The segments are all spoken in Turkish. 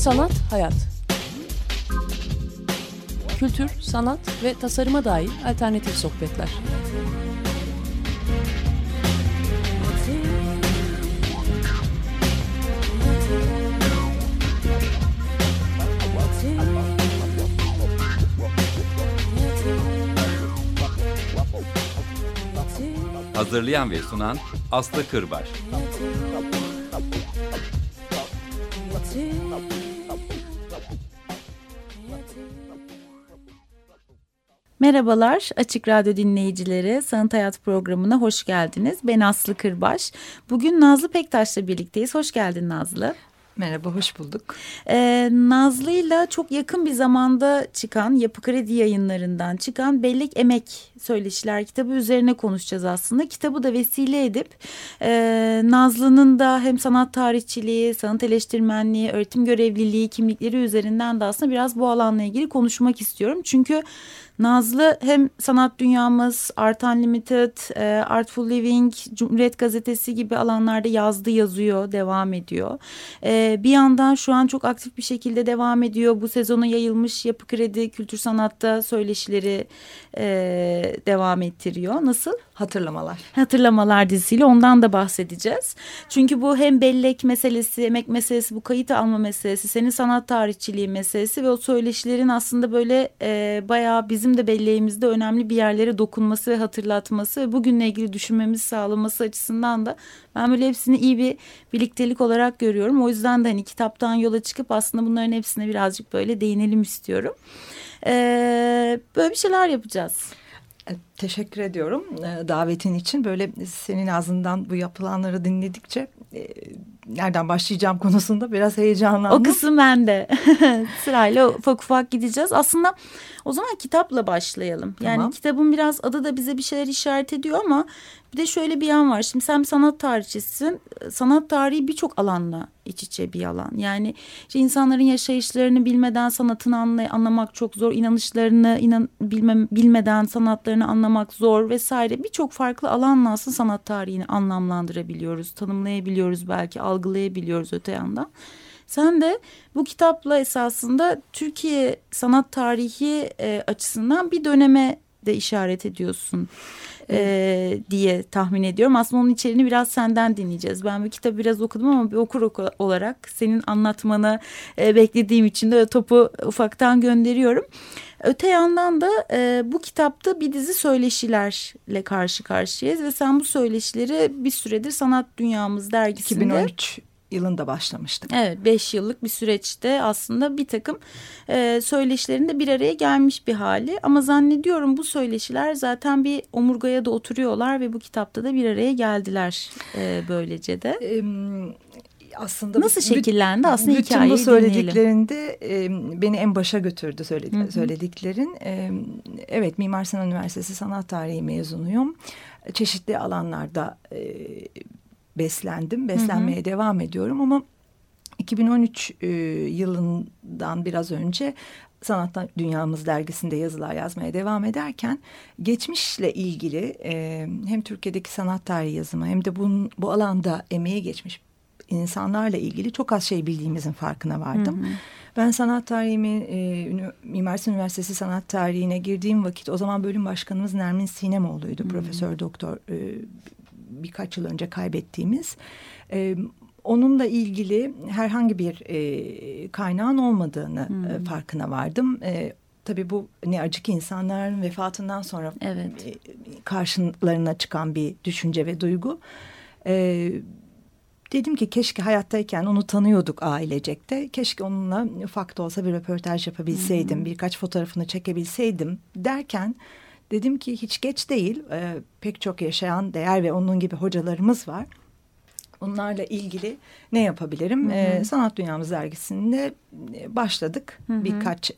Sanat, hayat. Kültür, sanat ve tasarıma dair alternatif sohbetler. Hazırlayan ve sunan Aslı Kırbaş. Merhabalar Açık Radyo dinleyicileri, Sanat Hayat programına hoş geldiniz. Ben Aslı Kırbaş. Bugün Nazlı Pektaş'la birlikteyiz. Hoş geldin Nazlı. Merhaba, hoş bulduk. Nazlı'yla çok yakın bir zamanda çıkan, Yapı Kredi Yayınları'ndan çıkan Bellek Emek Söyleşiler kitabı üzerine konuşacağız aslında. Kitabı da vesile edip Nazlı'nın da hem sanat tarihçiliği, sanat eleştirmenliği, öğretim görevliliği, kimlikleri üzerinden de aslında biraz bu alanla ilgili konuşmak istiyorum. Çünkü Nazlı hem Sanat Dünyamız, Art Unlimited, Artful Living, Cumhuriyet Gazetesi gibi alanlarda yazıyor, devam ediyor. Bir yandan şu an çok aktif bir şekilde devam ediyor. Bu sezona yayılmış Yapı Kredi Kültür Sanat'ta söyleşileri devam ettiriyor. Nasıl? Hatırlamalar dizisiyle ondan da bahsedeceğiz. Çünkü bu hem bellek meselesi, emek meselesi, bu kayıt alma meselesi, senin sanat tarihçiliği meselesi ve o söyleşilerin aslında böyle bayağı bizim de belleğimizde önemli bir yerlere dokunması ve hatırlatması ve bugünle ilgili düşünmemizi sağlaması açısından da ben böyle hepsini iyi bir birliktelik olarak görüyorum. O yüzden de hani kitaptan yola çıkıp aslında bunların hepsine birazcık böyle değinelim istiyorum. Böyle bir şeyler yapacağız. Teşekkür ediyorum davetin için. Böyle senin ağzından bu yapılanları dinledikçe nereden başlayacağım konusunda biraz heyecanlandım. O kısım bende. Sırayla ufak ufak gideceğiz. Aslında o zaman kitapla başlayalım. Yani tamam. Kitabın biraz adı da bize bir şeyler işaret ediyor ama bir de şöyle bir yan var. Şimdi sen bir sanat tarihçisin. Sanat tarihi birçok alanla iç içe bir alan. Yani işte insanların yaşayışlarını bilmeden sanatını anlamak çok zor. İnanışlarını bilmeden sanatlarını anlamak zor vesaire. Birçok farklı alanla aslında sanat tarihini anlamlandırabiliyoruz, tanımlayabiliyoruz, belki algılayabiliyoruz öte yandan. Sen de bu kitapla esasında Türkiye sanat tarihi açısından bir döneme de işaret ediyorsun diye tahmin ediyorum. Aslında onun içeriğini biraz senden dinleyeceğiz. Ben bu kitabı biraz okudum ama bir okur olarak senin anlatmanı beklediğim için de topu ufaktan gönderiyorum. Öte yandan da bu kitapta bir dizi söyleşilerle karşı karşıyayız ve sen bu söyleşileri bir süredir Sanat Dünyamız dergisinde 2013 yılında başlamıştık. Evet, 5 yıllık bir süreçte aslında bir takım söyleşilerinde bir araya gelmiş bir hali. Ama zannediyorum bu söyleşiler zaten bir omurgaya da oturuyorlar ve bu kitapta da bir araya geldiler böylece de. Aslında nasıl şekillendi aslında hikayeyi bütün bu söylediklerinde beni en başa götürdü söylediklerin. Evet, Mimar Sinan Üniversitesi Sanat Tarihi mezunuyum. Çeşitli alanlarda beslenmeye devam ediyorum ama 2013 yılından biraz önce Sanat Dünyamız dergisinde yazılar yazmaya devam ederken geçmişle ilgili hem Türkiye'deki sanat tarihi yazımı hem de bu alanda emeği geçmiş insanlarla ilgili çok az şey bildiğimizin farkına vardım. Hı hı. Ben sanat tarihimi Mimar Sinan Üniversitesi Sanat Tarihi'ne girdiğim vakit o zaman bölüm başkanımız Nermin Sinemoğlu'ydu. Hı hı. Profesör doktor birkaç yıl önce kaybettiğimiz. Onunla ilgili herhangi bir kaynağın olmadığını farkına vardım. Tabii bu ne acı ki insanların vefatından sonra evet, karşılarına çıkan bir düşünce ve duygu. Dedim ki keşke hayattayken onu tanıyorduk ailecek de. Keşke onunla ufak da olsa bir röportaj yapabilseydim. Birkaç fotoğrafını çekebilseydim derken dedim ki hiç geç değil. Pek çok yaşayan değer ve onun gibi hocalarımız var. Onlarla ilgili ne yapabilirim? Sanat Dünyamız dergisinde başladık. Birkaç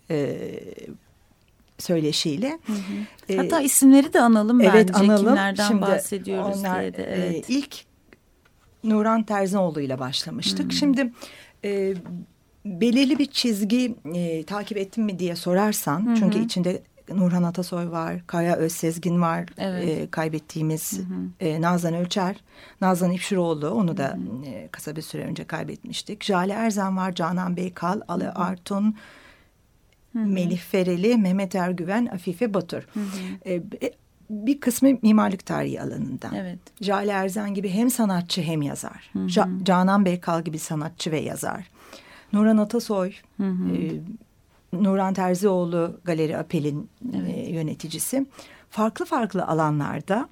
söyleşiyle. Hatta isimleri de analım evet, bence. Analım. Kimlerden şimdi bahsediyoruz onlar, diye de. Evet. İlk Nuran Terzinoğlu ile başlamıştık. Şimdi belirli bir çizgi takip ettim mi diye sorarsan, çünkü içinde Nurhan Atasoy var, Kaya Özsezgin var, Evet. kaybettiğimiz Nazan Ölçer, Nazan İpşiroğlu, onu da kısa bir süre önce kaybetmiştik. Jale Erzan var, Canan Beykal, Ale Artun, Melih Fereli, Mehmet Ergüven, Afife Batur. Bir kısmı mimarlık tarihi alanından. Evet. Jale Erzan gibi hem sanatçı hem yazar. Canan Beykal gibi sanatçı ve yazar. Nurhan Atasoy, Nurhan Terzioğlu Galeri Apel'in yöneticisi. Farklı farklı alanlarda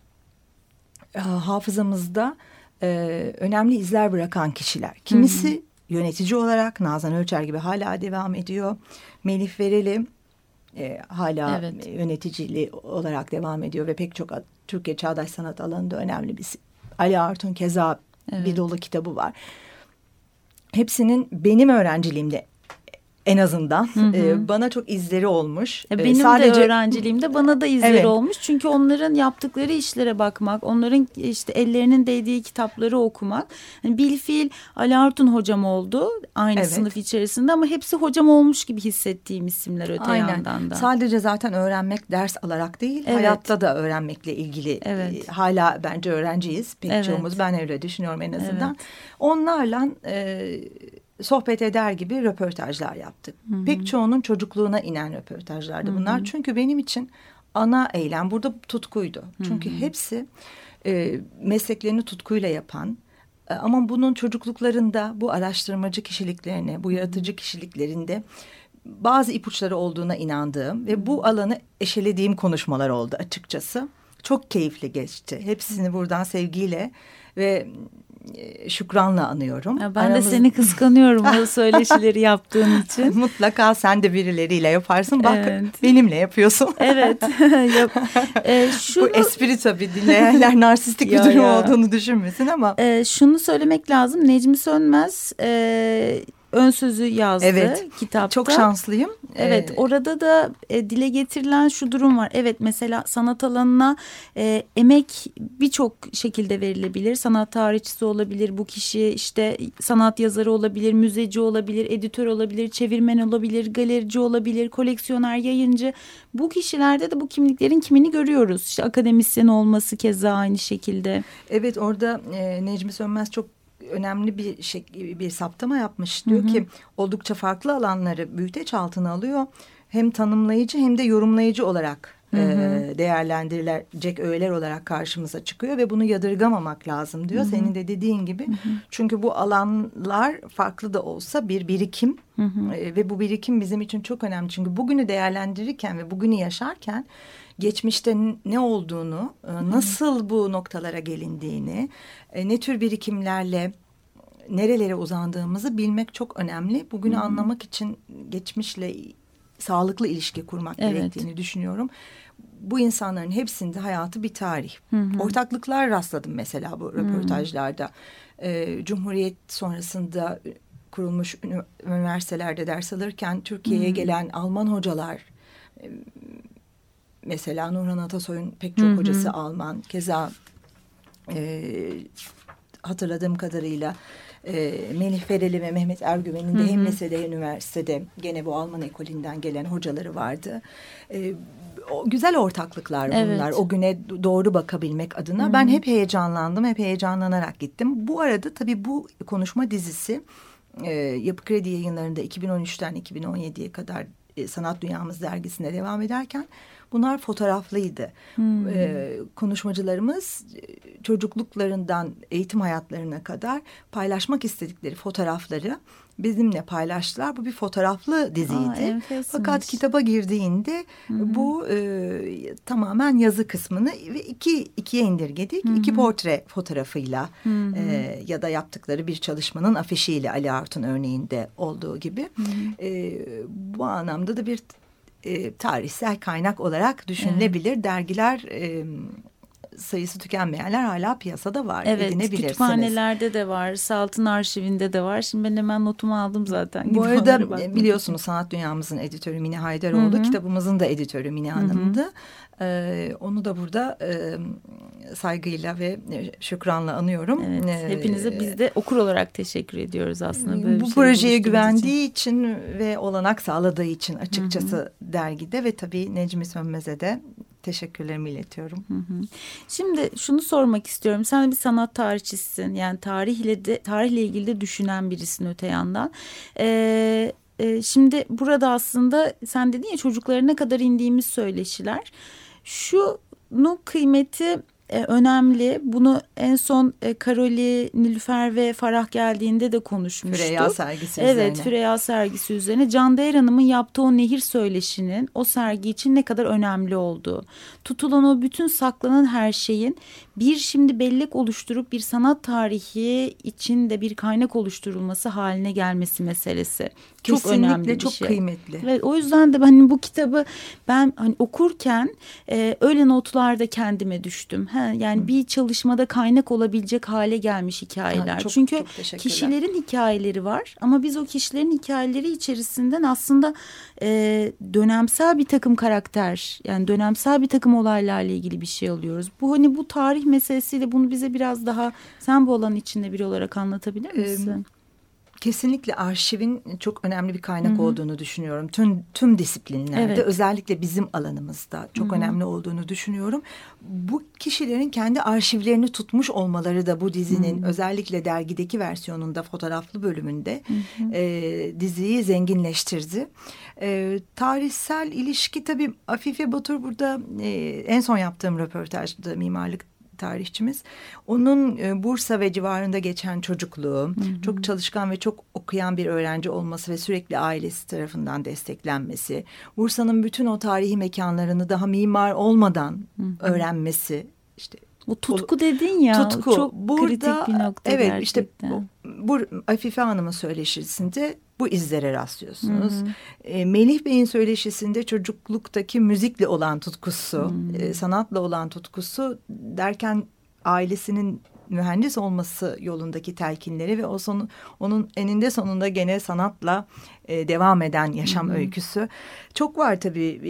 hafızamızda önemli izler bırakan kişiler. Kimisi yönetici olarak Nazan Ölçer gibi hala devam ediyor. Melih Fereli hala yöneticiliği olarak devam ediyor ve pek çok Türkiye çağdaş sanat alanında önemli bir. Ali Artun keza bir dolu kitabı var. Hepsinin benim öğrenciliğimde en azından bana çok izleri olmuş. Benim sadece de öğrenciliğimde bana da izleri olmuş. Çünkü onların yaptıkları işlere bakmak, onların işte ellerinin değdiği kitapları okumak. Yani bilfiil Ali Artun hocam oldu aynı sınıf içerisinde ama hepsi hocam olmuş gibi hissettiğim isimler öte yandan da. Sadece zaten öğrenmek ders alarak değil, hayatta da öğrenmekle ilgili hala bence öğrenciyiz. Pek çoğumuz, ben öyle düşünüyorum en azından. Onlarla sohbet eder gibi röportajlar yaptık. Pek çoğunun çocukluğuna inen röportajlardı bunlar. Çünkü benim için ana eylem burada tutkuydu. Çünkü hepsi mesleklerini tutkuyla yapan ama bunun çocukluklarında bu araştırmacı kişiliklerine, bu yaratıcı kişiliklerinde bazı ipuçları olduğuna inandığım ve bu alanı eşelediğim konuşmalar oldu açıkçası. Çok keyifli geçti. Hepsini buradan sevgiyle ve şükranla anıyorum. Ben de seni kıskanıyorum o söyleşileri yaptığın için. Mutlaka sen de birileriyle yaparsın. Bak benimle yapıyorsun. Evet. Bu espri tabii, dinleyenler narsistik bir durum olduğunu düşünmesin ama. Şunu söylemek lazım. Necmi Sönmez ön sözü yazdı kitapta. Çok şanslıyım. Evet, orada da dile getirilen şu durum var. Evet, mesela sanat alanına emek birçok şekilde verilebilir. Sanat tarihçisi olabilir bu kişi, işte sanat yazarı olabilir, müzeci olabilir, editör olabilir, çevirmen olabilir, galerici olabilir, koleksiyoner, yayıncı. Bu kişilerde de bu kimliklerin kimini görüyoruz. İşte akademisyen olması keza aynı şekilde. Evet, orada Necmi Sönmez çok önemli bir saptama yapmış. Diyor ki oldukça farklı alanları büyüteç altına alıyor. Hem tanımlayıcı hem de yorumlayıcı olarak değerlendirilecek öğeler olarak karşımıza çıkıyor ve bunu yadırgamamak lazım diyor. Senin de dediğin gibi. Çünkü bu alanlar farklı da olsa bir birikim ve bu birikim bizim için çok önemli. Çünkü bugünü değerlendirirken ve bugünü yaşarken geçmişte ne olduğunu, nasıl bu noktalara gelindiğini, ne tür birikimlerle nerelere uzandığımızı bilmek çok önemli. Bugünü anlamak için geçmişle sağlıklı ilişki kurmak gerektiğini düşünüyorum. Bu insanların hepsinde hayatı bir tarih. Ortaklıklar rastladım mesela bu röportajlarda. Cumhuriyet sonrasında kurulmuş üniversitelerde ders alırken Türkiye'ye gelen Alman hocalar, mesela Nurhan Atasoy'un pek çok hocası Alman. Keza hatırladığım kadarıyla Melih Fereli ve Mehmet Ergüven'in de hem lisede üniversitede gene bu Alman ekolünden gelen hocaları vardı. Güzel ortaklıklar bunlar. O güne doğru bakabilmek adına. Ben hep heyecanlandım. Hep heyecanlanarak gittim. Bu arada tabii bu konuşma dizisi Yapı Kredi Yayınları'nda 2013'ten 2017'ye kadar Sanat Dünyamız dergisinde devam ederken bunlar fotoğraflıydı. Konuşmacılarımız çocukluklarından eğitim hayatlarına kadar paylaşmak istedikleri fotoğrafları bizimle paylaştılar. Bu bir fotoğraflı diziydi. Fakat kitaba girdiğinde bu tamamen yazı kısmını ve ikiye indirgedik. 2 portre fotoğrafıyla ya da yaptıkları bir çalışmanın afişiyle, Ali Artun örneğinde olduğu gibi. Bu anlamda da bir tarihsel kaynak olarak düşünülebilir. Dergiler sayısı tükenmeyenler hala piyasada var. Evet, Edinebilirsiniz. kütüphanelerde de var, Salt'ın arşivinde de var. Şimdi ben hemen notumu aldım zaten. Bu arada biliyorsunuz Sanat Dünyamızın editörü Mine Haydaroğlu, kitabımızın da editörü Mine Hanım'dı. Onu da burada saygıyla ve şükranla anıyorum. Evet, hepinize biz de okur olarak teşekkür ediyoruz aslında. Böyle bu projeye güvendiği için ve olanak sağladığı için açıkçası dergide ve tabii Necmi Sönmez'e de teşekkürlerimi iletiyorum. Şimdi şunu sormak istiyorum. Sen bir sanat tarihçisisin. Yani tarihle ilgili de düşünen birisin öte yandan. Şimdi burada aslında sen dedin ya çocuklarına kadar indiğimiz söyleşiler. Şunun kıymeti önemli. Bunu en son Karoli, Nilüfer ve Farah geldiğinde de konuşmuştuk. Freya sergisi üzerine. Evet, Freya sergisi üzerine. Can Değer Hanım'ın yaptığı o nehir söyleşinin o sergi için ne kadar önemli olduğu. Tutulan o bütün saklanan her şeyin bir şimdi bellek oluşturup bir sanat tarihi için de bir kaynak oluşturulması haline gelmesi meselesi. Çok Kesinlikle önemli bir çok şey. kıymetli. Ve o yüzden de hani bu kitabı ben hani okurken öyle notlarda kendime düştüm. Yani bir çalışmada kaynak olabilecek hale gelmiş hikayeler. Çünkü çok kişilerin hikayeleri var ama biz o kişilerin hikayeleri içerisinden aslında dönemsel bir takım karakter, yani dönemsel bir takım olaylarla ilgili bir şey alıyoruz. Bu hani bu tarih meselesiyle bunu bize biraz daha sen bu alanın içinde biri olarak anlatabilir misin? Kesinlikle arşivin çok önemli bir kaynak olduğunu düşünüyorum. Tüm disiplinlerde özellikle bizim alanımızda çok önemli olduğunu düşünüyorum. Bu kişilerin kendi arşivlerini tutmuş olmaları da bu dizinin özellikle dergideki versiyonunda fotoğraflı bölümünde diziyi zenginleştirdi. Tarihsel ilişki tabii Afife Batur burada en son yaptığım röportajda mimarlık tarihçimiz. Onun Bursa ve civarında geçen çocukluğu, çok çalışkan ve çok okuyan bir öğrenci olması ve sürekli ailesi tarafından desteklenmesi, Bursa'nın bütün o tarihi mekanlarını daha mimar olmadan öğrenmesi, işte bu tutku dedin ya, tutku. Çok burada, kritik bir nokta evet, gerçekten. işte bu Afife Hanım'ın söyleşisinde bu izlere rastlıyorsunuz. Melih Bey'in söyleşisinde çocukluktaki müzikle olan tutkusu, sanatla olan tutkusu derken ailesinin mühendis olması yolundaki telkinleri ve onun eninde sonunda gene sanatla devam eden yaşam öyküsü. Çok var tabii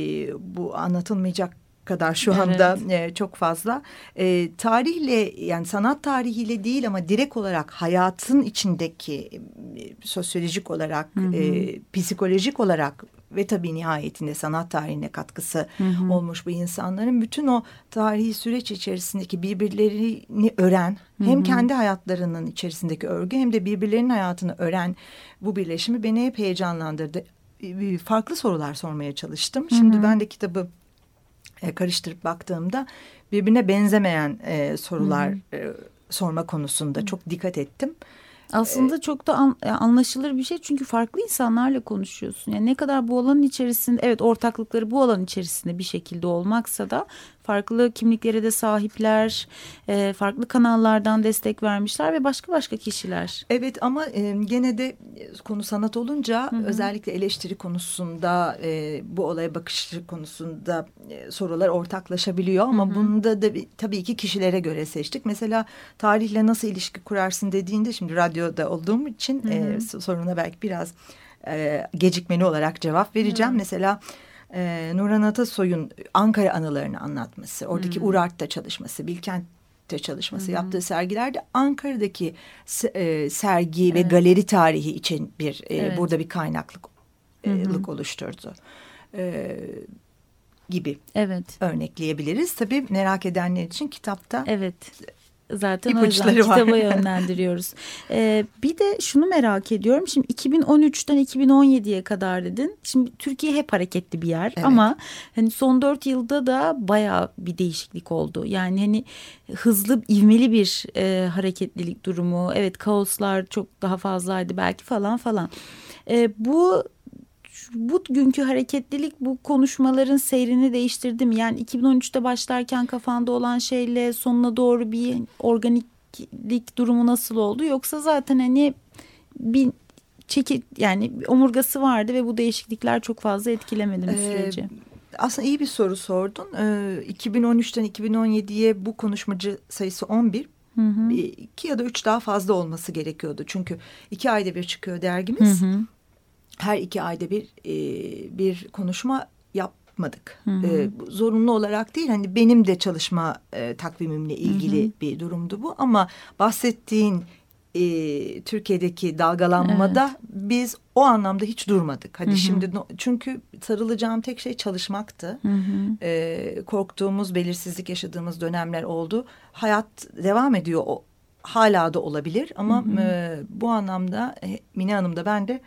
bu anlatılmayacak kadar şu anda çok fazla. Tarihle, yani sanat tarihiyle değil ama direkt olarak hayatın içindeki sosyolojik olarak, psikolojik olarak ve tabii nihayetinde sanat tarihine katkısı olmuş bu insanların bütün o tarihi süreç içerisindeki birbirlerini öğren, hem kendi hayatlarının içerisindeki örgü hem de birbirlerinin hayatını öğren bu birleşimi beni hep heyecanlandırdı. Farklı sorular sormaya çalıştım. Şimdi ben de kitabı karıştırıp baktığımda birbirine benzemeyen sorular sorma konusunda çok dikkat ettim. Aslında çok da anlaşılır bir şey çünkü farklı insanlarla konuşuyorsun. Yani ne kadar bu alanın içerisinde, evet, ortaklıkları bu alanın içerisinde bir şekilde olmaksa da farklı kimliklere de sahipler, farklı kanallardan destek vermişler ve başka kişiler. Evet ama gene de konu sanat olunca özellikle eleştiri konusunda bu olaya bakışı konusunda sorular ortaklaşabiliyor ama bunda da tabii ki kişilere göre seçtik. Mesela tarihle nasıl ilişki kurarsın dediğinde şimdi radyoda olduğum için soruna belki biraz gecikmeli olarak cevap vereceğim. Mesela Nurhan Atasoy'un Ankara anılarını anlatması, oradaki Urart'ta çalışması, Bilkent'te çalışması, yaptığı sergilerde Ankara'daki sergi ve galeri tarihi için burada bir kaynaklık oluşturdu gibi örnekleyebiliriz. Tabii merak edenler için kitapta zaten o yüzden kitaba yönlendiriyoruz. Bir de şunu merak ediyorum. Şimdi 2013'ten 2017'ye kadar dedin. Şimdi Türkiye hep hareketli bir yer ama hani son 4 yılda da bayağı bir değişiklik oldu. Yani hani hızlı, ivmeli bir hareketlilik durumu. Evet, kaoslar çok daha fazlaydı belki falan. Bugünkü hareketlilik bu konuşmaların seyrini değiştirdi mi? Yani 2013'te başlarken kafanda olan şeyle sonuna doğru bir organiklik durumu nasıl oldu? Yoksa zaten hani bir yani omurgası vardı ve bu değişiklikler çok fazla etkilemedi mi süreci? aslında iyi bir soru sordun. 2013'ten 2017'ye bu konuşmacı sayısı 11. 2 ya da 3 daha fazla olması gerekiyordu. Çünkü 2 ayda bir çıkıyor dergimiz. Her 2 ayda bir konuşma yapmadık. Zorunlu olarak değil. Hani benim de çalışma takvimimle ilgili bir durumdu bu. Ama bahsettiğin Türkiye'deki dalgalanmada biz o anlamda hiç durmadık. Hadi şimdi çünkü sarılacağım tek şey çalışmaktı. Korktuğumuz, belirsizlik yaşadığımız dönemler oldu. Hayat devam ediyor. Hala da olabilir ama bu anlamda Mine Hanım da ben de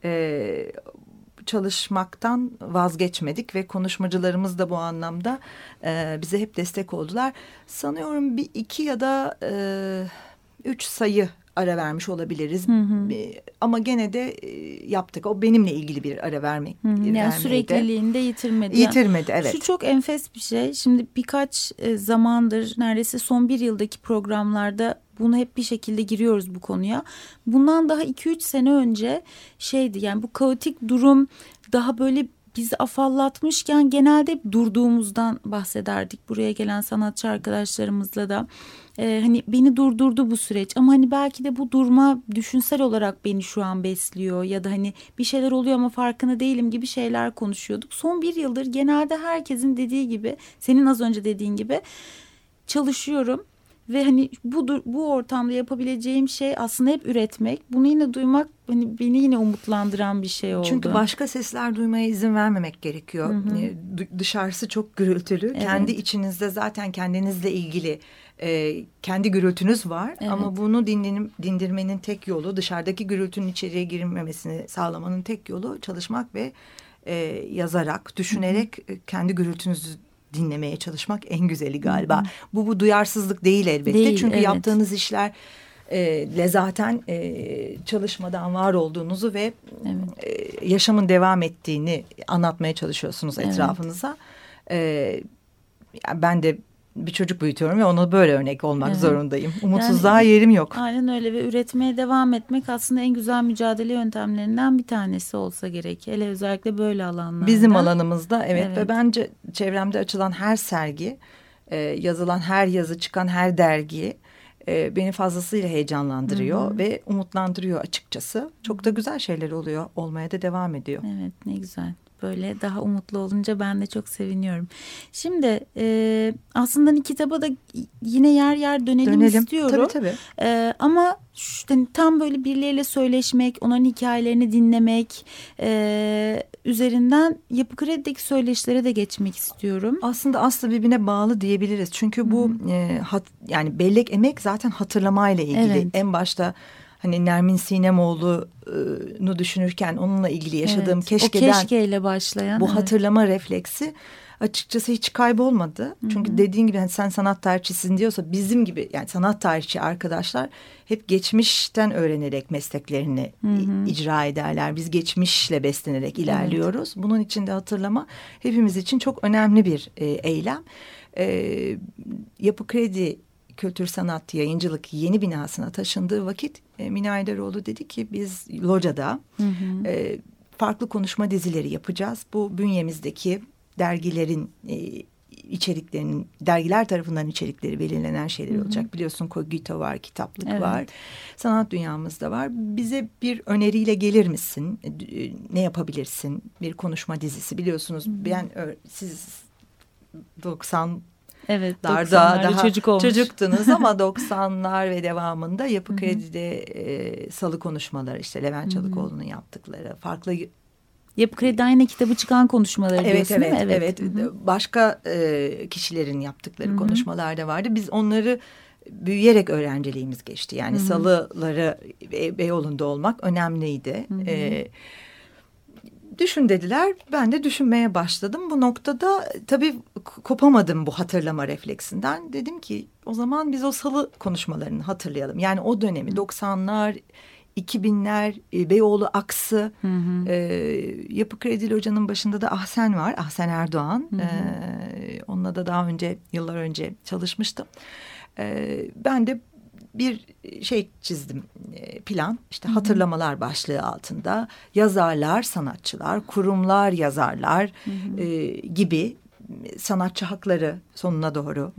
çalışmaktan vazgeçmedik ve konuşmacılarımız da bu anlamda bize hep destek oldular. Sanıyorum bir 2 ya da 3 sayı ara vermiş olabiliriz. Ama gene de yaptık. O benimle ilgili bir ara vermek. Yani sürekliliğini de yitirmedi. Yitirmedi, evet. Şu çok enfes bir şey. Şimdi birkaç zamandır, neredeyse son 1 yıldaki programlarda bunu hep bir şekilde giriyoruz bu konuya. Bundan daha 2-3 sene önce şeydi, yani bu kaotik durum daha böyle bizi afallatmışken genelde hep durduğumuzdan bahsederdik. Buraya gelen sanatçı arkadaşlarımızla da hani beni durdurdu bu süreç, ama hani belki de bu durma düşünsel olarak beni şu an besliyor ya da hani bir şeyler oluyor ama farkında değilim gibi şeyler konuşuyorduk. Son 1 yıldır genelde herkesin dediği gibi, senin az önce dediğin gibi çalışıyorum. Ve hani bu ortamda yapabileceğim şey aslında hep üretmek. Bunu yine duymak hani beni yine umutlandıran bir şey oldu. Çünkü başka sesler duymaya izin vermemek gerekiyor. Dışarısı çok gürültülü. Evet. Kendi içinizde zaten kendinizle ilgili kendi gürültünüz var. Evet. Ama bunu dindirmenin tek yolu, dışarıdaki gürültünün içeriye girmemesini sağlamanın tek yolu çalışmak ve yazarak, düşünerek kendi gürültünüzü dinlemeye çalışmak en güzeli galiba. Bu duyarsızlık değil elbette. Değil, çünkü yaptığınız işler zaten çalışmadan var olduğunuzu ve yaşamın devam ettiğini anlatmaya çalışıyorsunuz etrafınıza. Ben de bir çocuk büyütüyorum ve ona böyle örnek olmak zorundayım. Umutsuzluğa yerim yok. Aynen öyle ve üretmeye devam etmek aslında en güzel mücadele yöntemlerinden bir tanesi olsa gerek. Hele özellikle böyle alanlarda. Bizim alanımızda evet. Ve bence çevremde açılan her sergi, yazılan her yazı, çıkan her dergi beni fazlasıyla heyecanlandırıyor ve umutlandırıyor açıkçası. Çok da güzel şeyler oluyor. Olmaya da devam ediyor. Evet, ne güzel. Böyle daha umutlu olunca ben de çok seviniyorum. Şimdi aslında hani kitaba da yine yer yer dönelim istiyorum. Tabii. Ama hani tam böyle birileriyle söyleşmek, onların hikayelerini dinlemek üzerinden Yapı Kredi'deki söyleşilere de geçmek istiyorum. Aslında aslı birbirine bağlı diyebiliriz. Çünkü bu yani bellek emek zaten hatırlamayla ilgili. Evet. En başta hani Nermin Sinemoğlu'nu düşünürken onunla ilgili yaşadığım keşkeden, o keşkeyle başlayan bu hatırlama refleksi açıkçası hiç kaybolmadı. Çünkü dediğin gibi hani sen sanat tarihçisin diyorsa bizim gibi yani sanat tarihçi arkadaşlar hep geçmişten öğrenerek mesleklerini icra ederler. Biz geçmişle beslenerek ilerliyoruz. Bunun için de hatırlama hepimiz için çok önemli bir eylem. Yapı Kredi Kültür Sanat Yayıncılık yeni binasına taşındığı vakit Mine Aydaroğlu dedi ki biz locada farklı konuşma dizileri yapacağız. Bu bünyemizdeki dergilerin içeriklerinin, dergiler tarafından içerikleri belirlenen şeyler olacak. Biliyorsun Kogito var, kitaplık var, sanat dünyamızda var. Bize bir öneriyle gelir misin? Ne yapabilirsin? Bir konuşma dizisi. Biliyorsunuz siz 90 Evet, daha çocuktunuz ama 90'lar ve devamında Yapı Kredi'de salı konuşmaları, işte Levent Çalıkoğlu'nun yaptıkları farklı. Yapı Kredi'den yine kitabı çıkan konuşmaları diyorsun değil mi? Evet. Başka kişilerin yaptıkları konuşmalar da vardı. Biz onları büyüyerek öğrenciliğimiz geçti. Yani salıları Beyoğlu'nda olmak önemliydi. Düşün dediler. Ben de düşünmeye başladım. Bu noktada tabii kopamadım bu hatırlama refleksinden. Dedim ki o zaman biz o salı konuşmalarını hatırlayalım. Yani o dönemi 90'lar, 2000'ler, Beyoğlu aksı, Yapı Kredi Hoca'nın başında da Ahsen var. Ahsen Erdoğan. Onunla da daha önce, yıllar önce çalışmıştım. Ben de bir şey çizdim, plan. İşte hatırlamalar başlığı altında yazarlar, sanatçılar, kurumlar, yazarlar gibi sanatçı hakları sonuna doğru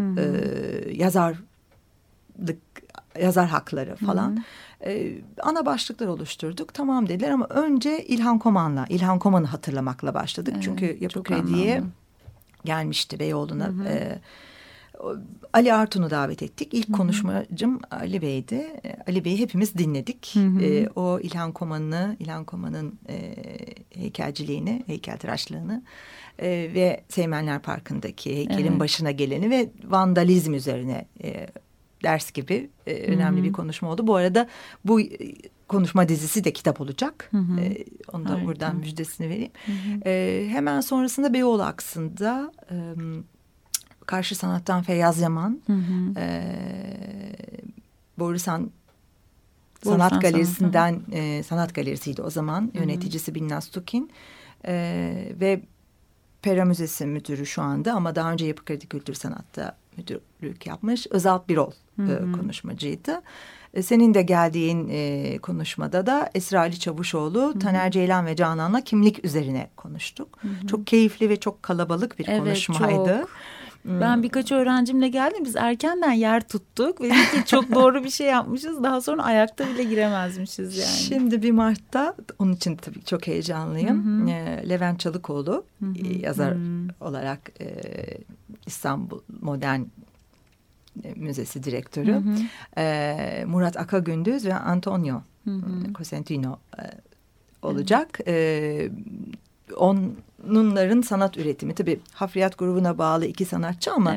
yazar hakları falan. Ana başlıklar oluşturduk. Tamam dediler ama önce İlhan Koman'ı hatırlamakla başladık. Evet, çünkü Yapı Kredi'ye gelmişti Beyoğlu'na. Ali Artun'u davet ettik. İlk konuşmacım Ali Bey'di. Ali Bey'i hepimiz dinledik. O İlhan Koman'ın heykelciliğini, heykeltıraşlığını ve Seymenler Parkı'ndaki heykelin başına geleni ve vandalizm üzerine ders gibi önemli bir konuşma oldu. Bu arada bu konuşma dizisi de kitap olacak. Onu da buradan müjdesini vereyim. Hemen sonrasında Beyoğlu Aksı'nda Karşı Sanat'tan Feyyaz Yaman, Borusan Sanat Galerisi'nden Sanat Galerisiydi o zaman. Yöneticisi Binnaz Tukin ve Pera Müzesi müdürü şu anda ama daha önce Yapı Kredi Kültür Sanat'ta müdürlük yapmış. Özalp Birol konuşmacıydı. Senin de geldiğin konuşmada da Esra Ali Çavuşoğlu, Taner Ceylan ve Canan'la kimlik üzerine konuştuk. Çok keyifli ve çok kalabalık bir konuşmaydı. Çok. Ben birkaç öğrencimle geldim. Biz erkenden yer tuttuk. Ve dedik ki çok doğru bir şey yapmışız. Daha sonra ayakta bile giremezmişiz yani. Şimdi 1 Mart'ta onun için tabii çok heyecanlıyım. Levent Çalıkoğlu yazar olarak İstanbul Modern Müzesi direktörü. Murat Akagündüz ve Antonio Cosentino olacak. Onların sanat üretimi tabii Hafriyat grubuna bağlı 2 sanatçı ama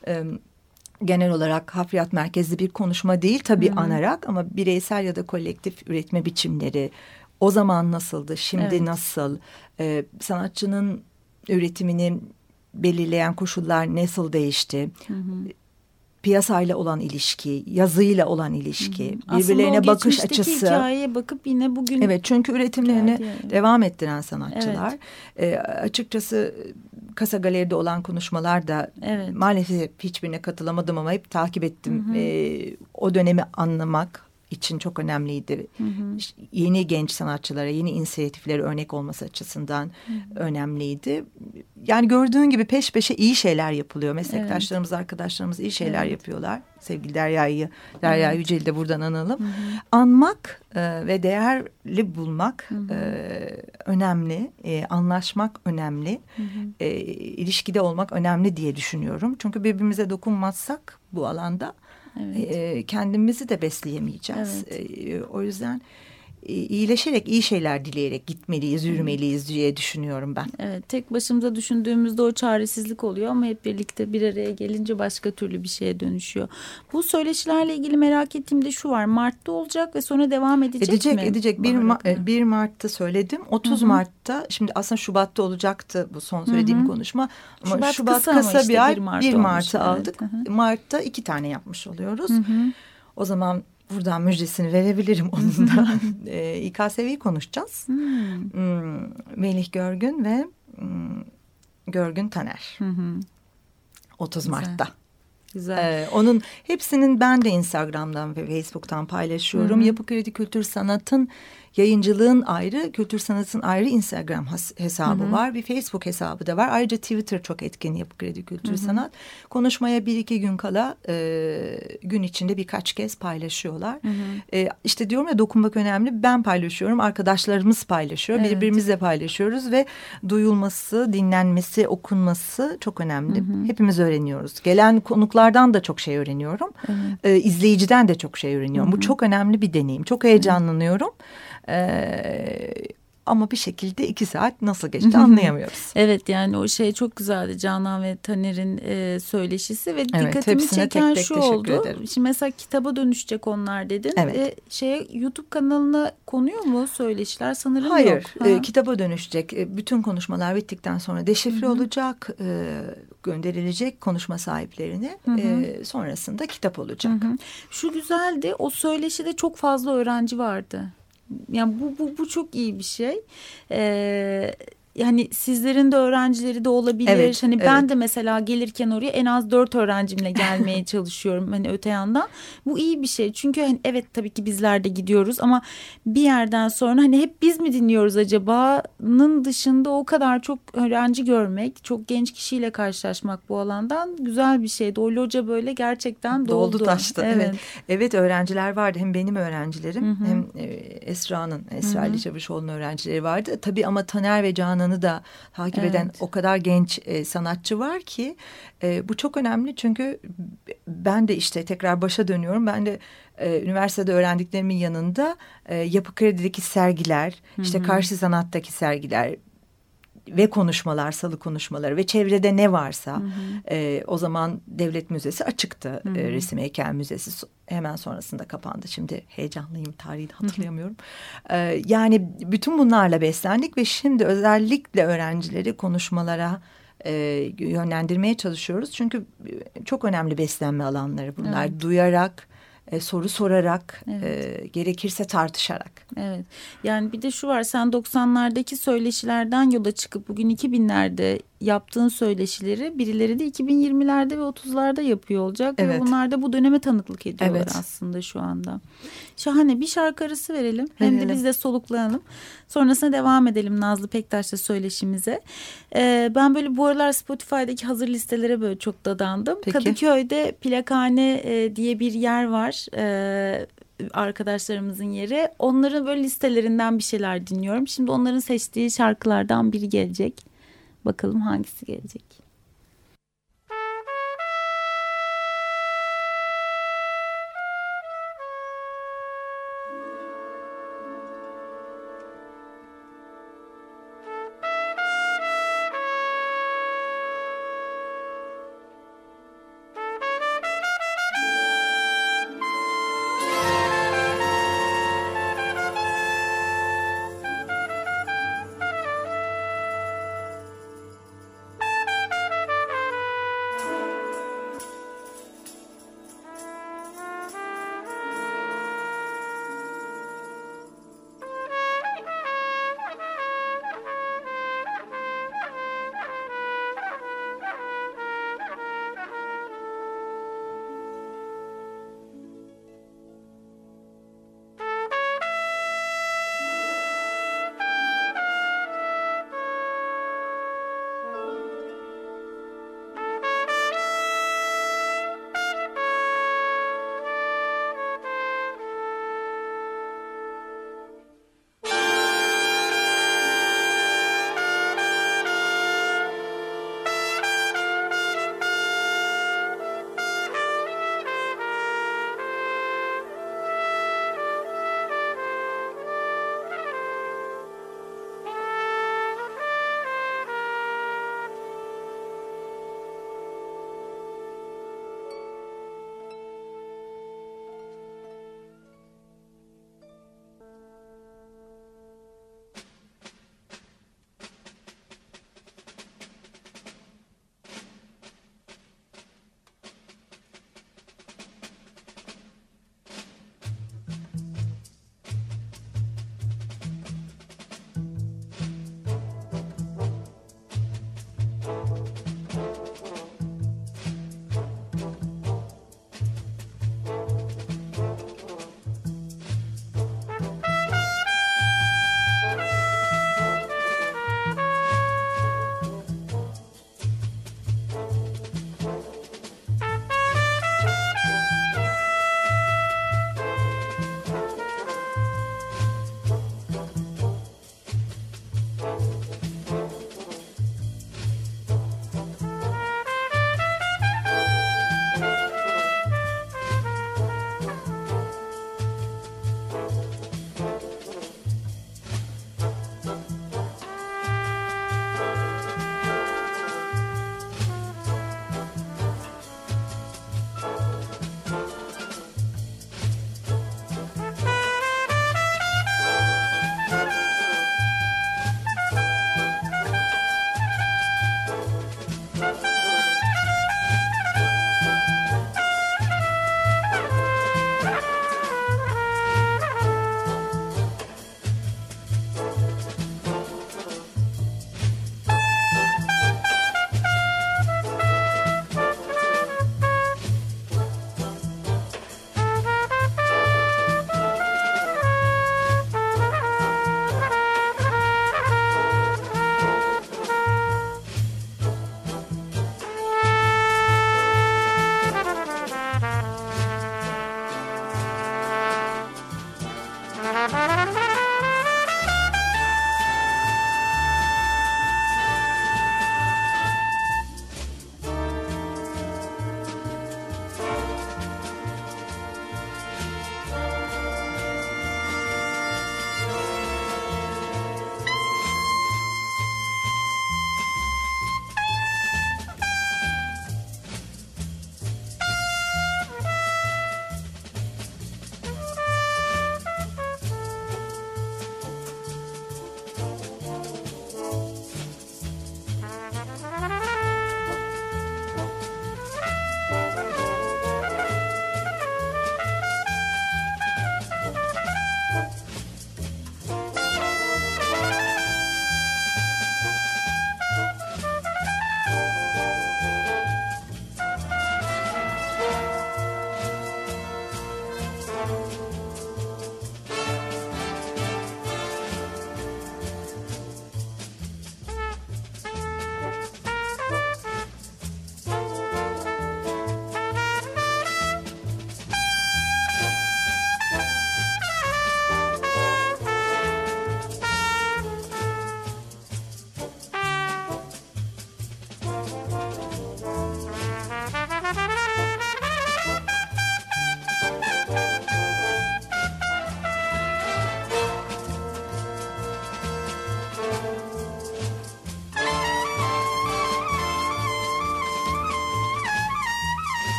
genel olarak hafriyat merkezli bir konuşma değil tabii anarak ama bireysel ya da kolektif üretme biçimleri o zaman nasıldı, şimdi nasıl, sanatçının üretimini belirleyen koşullar nasıl değişti, piyasayla olan ilişki, yazıyla olan ilişki, birbirlerine bakış açısı. Hikayeye bakıp yine bugün... Evet, çünkü üretimlerini devam ettiren sanatçılar. Açıkçası Kasa Galeri'de olan konuşmalar da maalesef hiçbirine katılamadım ama hep takip ettim. O dönemi anlamak için çok önemliydi. Yeni genç sanatçılara, yeni inisiyatiflere örnek olması açısından önemliydi. Yani gördüğün gibi peş peşe iyi şeyler yapılıyor. Meslektaşlarımız, arkadaşlarımız iyi şeyler yapıyorlar. Sevgili Derya Yücel'i de buradan analım. Anmak ve değerli bulmak önemli. Anlaşmak önemli. İlişkide olmak önemli diye düşünüyorum. Çünkü birbirimize dokunmazsak bu alanda kendimizi de besleyemeyeceğiz. O yüzden iyileşerek, iyi şeyler dileyerek gitmeliyiz, yürümeliyiz diye düşünüyorum ben. Evet, tek başımıza düşündüğümüzde o çaresizlik oluyor ama hep birlikte bir araya gelince başka türlü bir şeye dönüşüyor. Bu söyleşilerle ilgili merak ettiğim de şu var. Mart'ta olacak ve sonra devam edecek mi? Edecek. 1 Mart'ta söyledim. 30 Mart'ta, şimdi aslında Şubat'ta olacaktı bu son söylediğim konuşma. Ama Şubat kısa işte bir ay. 1 Mart'ı aldık. Mart'ta 2 tane yapmış oluyoruz. O zaman buradan müjdesini verebilirim onun da. İKSV'yi konuşacağız. Melih Görgün ve Görgün Taner. 30 Mart'ta. Güzel. Onun hepsinin ben de Instagram'dan ve Facebook'tan paylaşıyorum. Yapı Kredi Kültür Sanat'ın, yayıncılığın ayrı, Kültür Sanat'ın ayrı Instagram hesabı var. Bir Facebook hesabı da var. Ayrıca Twitter çok etkin Yapı Kredi Kültür Sanat. Konuşmaya 1-2 gün kala gün içinde birkaç kez paylaşıyorlar. İşte diyorum ya, dokunmak önemli. Ben paylaşıyorum, arkadaşlarımız paylaşıyor. Birbirimizle paylaşıyoruz ve duyulması, dinlenmesi, okunması çok önemli. Hepimiz öğreniyoruz. Gelen konuklardan da çok şey öğreniyorum. İzleyiciden de çok şey öğreniyorum. Bu çok önemli bir deneyim. Çok heyecanlanıyorum. Ama bir şekilde 2 saat nasıl geçti anlayamıyoruz. Evet, yani o şey çok güzeldi, Canan ve Taner'in söyleşisi ve dikkatimi hepsine çeken tek şu teşekkür oldu. ederim. Şimdi mesela kitaba dönüşecek onlar dedin. YouTube kanalına konuyor mu söyleşiler? Sanırım Hayır, yok. kitaba dönüşecek. Bütün konuşmalar bittikten sonra deşifre olacak, gönderilecek konuşma sahiplerine. Sonrasında kitap olacak. Şu güzeldi, o söyleşide çok fazla öğrenci vardı. Yani bu çok iyi bir şey. hani sizlerin de öğrencileri de olabilir. Evet, Hani evet. ben de mesela gelirken oraya en az 4 öğrencimle gelmeye çalışıyorum hani öte yandan. Bu iyi bir şey. Çünkü hani evet tabii ki bizler de gidiyoruz ama bir yerden sonra hani hep biz mi dinliyoruz acaba'nın dışında o kadar çok öğrenci görmek, çok genç kişiyle karşılaşmak bu alandan güzel bir şeydi. O loca böyle gerçekten doldu. Taştı. Evet, öğrenciler vardı. Hem benim öğrencilerim hem Esra Ali Çavuşoğlu'nun öğrencileri vardı. Tabii ama Taner ve Canan'ı da takip eden o kadar genç sanatçı var ki bu çok önemli. Çünkü ben de işte tekrar başa dönüyorum. Ben de üniversitede öğrendiklerimin yanında Yapı Kredi'deki sergiler, işte Karşı Sanat'taki sergiler ve konuşmalar, salı konuşmaları ve çevrede ne varsa o zaman Devlet Müzesi açıktı. Resim Heykel Müzesi hemen sonrasında kapandı. Şimdi heyecanlıyım, tarihi hatırlayamıyorum. Yani bütün bunlarla beslendik ve şimdi özellikle öğrencileri konuşmalara yönlendirmeye çalışıyoruz. Çünkü çok önemli beslenme alanları bunlar. Evet. Duyarak, soru sorarak, gerekirse tartışarak. Evet. Yani bir de şu var, sen 90'lardaki söyleşilerden yola çıkıp bugün 2000'lerde yaptığın söyleşileri birileri de 2020'lerde ve 30'larda yapıyor olacak. Evet. Ve bunlar da bu döneme tanıklık ediyorlar aslında şu anda. Şahane, bir şarkı arası verelim. Hem de biz de soluklanalım. Sonrasında devam edelim Nazlı Pektaş'la söyleşimize. Ben böyle bu aralar Spotify'daki hazır listelere böyle çok dadandım. Peki. Kadıköy'de Plakhane diye bir yer var. Arkadaşlarımızın yeri. Onların böyle listelerinden bir şeyler dinliyorum. Şimdi onların seçtiği şarkılardan biri gelecek. Bakalım hangisi gelecek?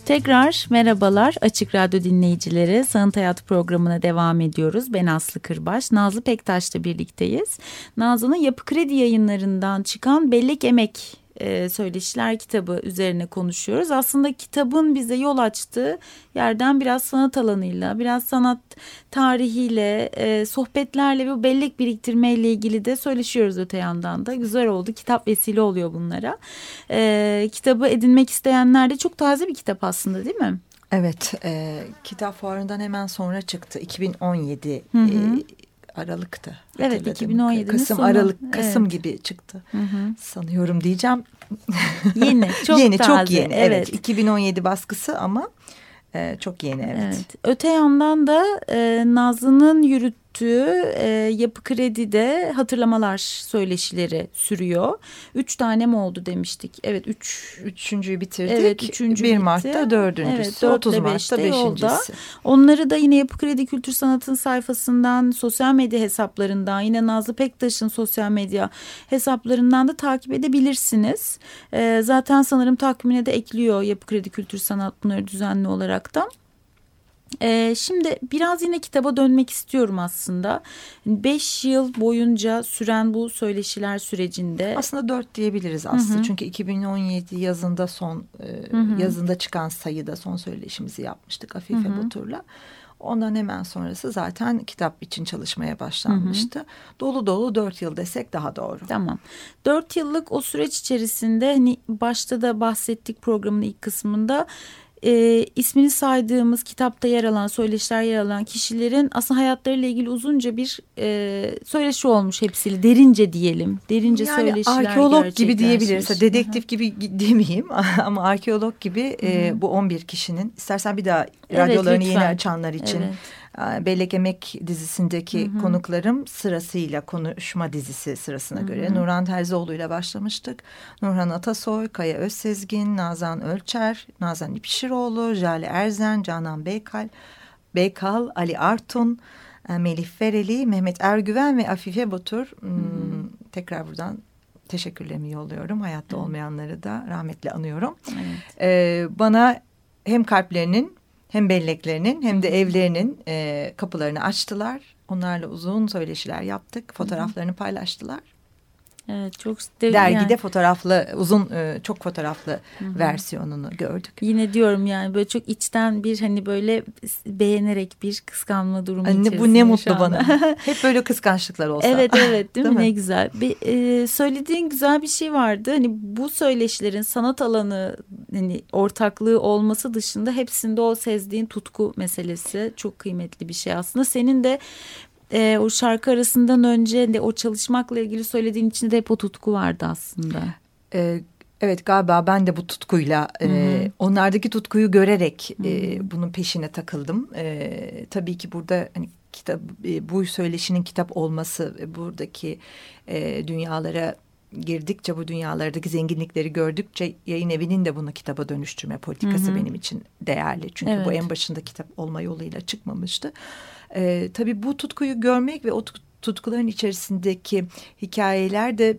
Tekrar merhabalar Açık Radyo dinleyicileri. Sanat Hayatı programına devam ediyoruz. Ben Aslı Kırbaş, Nazlı Pektaş'la birlikteyiz. Nazlı'nın Yapı Kredi Yayınları'ndan çıkan Bellek Emek Söyleşiler kitabı üzerine konuşuyoruz. Aslında kitabın bize yol açtığı yerden biraz sanat alanıyla, biraz sanat tarihiyle, sohbetlerle ve bellek biriktirmeyle ilgili de söyleşiyoruz öte yandan da. Güzel oldu. Kitap vesile oluyor bunlara. Kitabı edinmek isteyenler de çok taze bir kitap aslında, değil mi? Evet, kitap fuarından hemen sonra çıktı. 2017 Aralık'tı. Evet, 2017'nin Kasım, sonu. Aralık, Kasım evet. gibi çıktı. Sanıyorum diyeceğim. Yeni, çok yeni, taze. çok yeni. Evet. 2017 baskısı ama çok yeni, evet. Öte yandan da Nazlı'nın yürüttüğü Yapı Kredi'de hatırlamalar söyleşileri sürüyor. 3 tane mi oldu demiştik? Evet, 3'üncüyü bitirdik. Evet, 3. 1 Mart'ta 4'üncüsü. Evet, 30 Mart'ta 5'incisi. Onları da yine Yapı Kredi Kültür Sanat'ın sayfasından, sosyal medya hesaplarından, yine Nazlı Pektaş'ın sosyal medya hesaplarından da takip edebilirsiniz. Zaten sanırım takvimine de ekliyor Yapı Kredi Kültür Sanat bunları düzenli olarak da. Şimdi biraz yine kitaba dönmek istiyorum aslında. 5 yıl boyunca süren bu söyleşiler sürecinde. Aslında 4 diyebiliriz aslında. Çünkü 2017 yazında yazında çıkan sayıda son söyleşimizi yapmıştık Afife Batur'la. Ondan hemen sonrası zaten kitap için çalışmaya başlanmıştı. Dolu dolu 4 yıl desek daha doğru. Tamam. 4 yıllık o süreç içerisinde hani başta da bahsettik programın ilk kısmında. İsmini saydığımız kitapta yer alan, söyleşiler yer alan kişilerin aslında hayatlarıyla ilgili uzunca bir söyleşi olmuş hepsiyle. Derince diyelim. Derince yani söyleşiler arkeolog gibi diyebiliriz. Dedektif gibi demeyeyim ama arkeolog gibi bu 11 kişinin, istersen bir daha radyolarını yeni açanlar için. Evet. Bellek Emek dizisindeki konuklarım sırasıyla konuşma dizisi sırasına göre Nurhan Terzioğlu ile başlamıştık. Nurhan Atasoy, Kaya Özsezgin, Nazan Ölçer, Nazan İpşiroğlu, Jale Erzen, Canan Beykal, Ali Artun, Melih Fereli, Mehmet Ergüven ve Afife Batur. Tekrar buradan teşekkürlerimi yolluyorum. Hayatta olmayanları da rahmetle anıyorum. Evet. Bana hem kalplerinin hem belleklerinin hem de evlerinin kapılarını açtılar. Onlarla uzun söyleşiler yaptık. Fotoğraflarını paylaştılar. Evet, çok dergide fotoğraflı, uzun çok fotoğraflı versiyonunu gördük. Yine diyorum yani böyle çok içten bir hani böyle beğenerek bir kıskanma durumu içerisinde. Bu ne mutlu bana. Hep böyle kıskançlıklar olsa. Evet değil mi? Ne güzel. Söylediğin güzel bir şey vardı. Hani bu söyleşilerin sanat alanı hani ortaklığı olması dışında hepsinde o sezdiğin tutku meselesi çok kıymetli bir şey aslında. Senin de o şarkı arasından önce de o çalışmakla ilgili söylediğin içinde de hep o tutku vardı aslında. Evet, galiba ben de bu tutkuyla onlardaki tutkuyu görerek bunun peşine takıldım. Tabii ki burada hani bu söyleşinin kitap olması, buradaki dünyalara girdikçe, bu dünyalardaki zenginlikleri gördükçe yayın evinin de bunu kitaba dönüştürme politikası benim için değerli. Çünkü bu en başında kitap olma yoluyla çıkmamıştı. Tabii bu tutkuyu görmek ve o tutkuların içerisindeki hikayeler de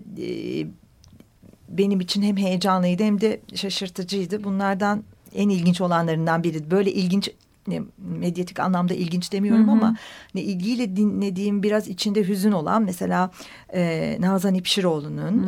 benim için hem heyecanlıydı hem de şaşırtıcıydı. Bunlardan en ilginç olanlarından biri. Böyle ilginç, medyatik anlamda ilginç demiyorum ama ilgiyle dinlediğim, biraz içinde hüzün olan mesela Nazan İpşiroğlu'nun...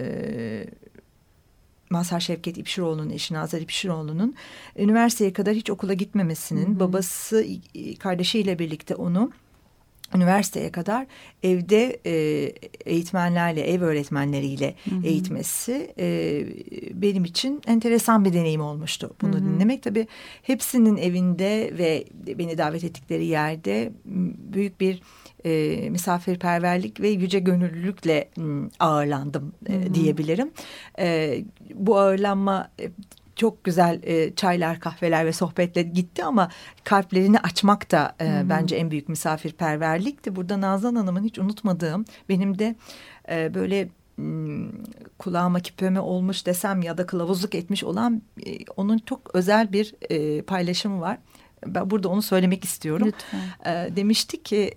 Mazhar Şevket İpşiroğlu'nun eşi Nazan İpşiroğlu'nun üniversiteye kadar hiç okula gitmemesinin, babası kardeşiyle birlikte onu üniversiteye kadar evde eğitmenlerle, ev öğretmenleriyle eğitmesi benim için enteresan bir deneyim olmuştu. Bunu dinlemek tabii hepsinin evinde ve beni davet ettikleri yerde büyük bir misafirperverlik ve yüce gönüllülükle ağırlandım diyebilirim. Bu ağırlanma çok güzel çaylar, kahveler ve sohbetle gitti ama kalplerini açmak da bence en büyük misafirperverlikti. Burada Nazan Hanım'ın hiç unutmadığım, benim de böyle kulağıma küpeme olmuş desem ya da kılavuzluk etmiş olan onun çok özel bir paylaşımı var. Ben burada onu söylemek istiyorum. Demişti ki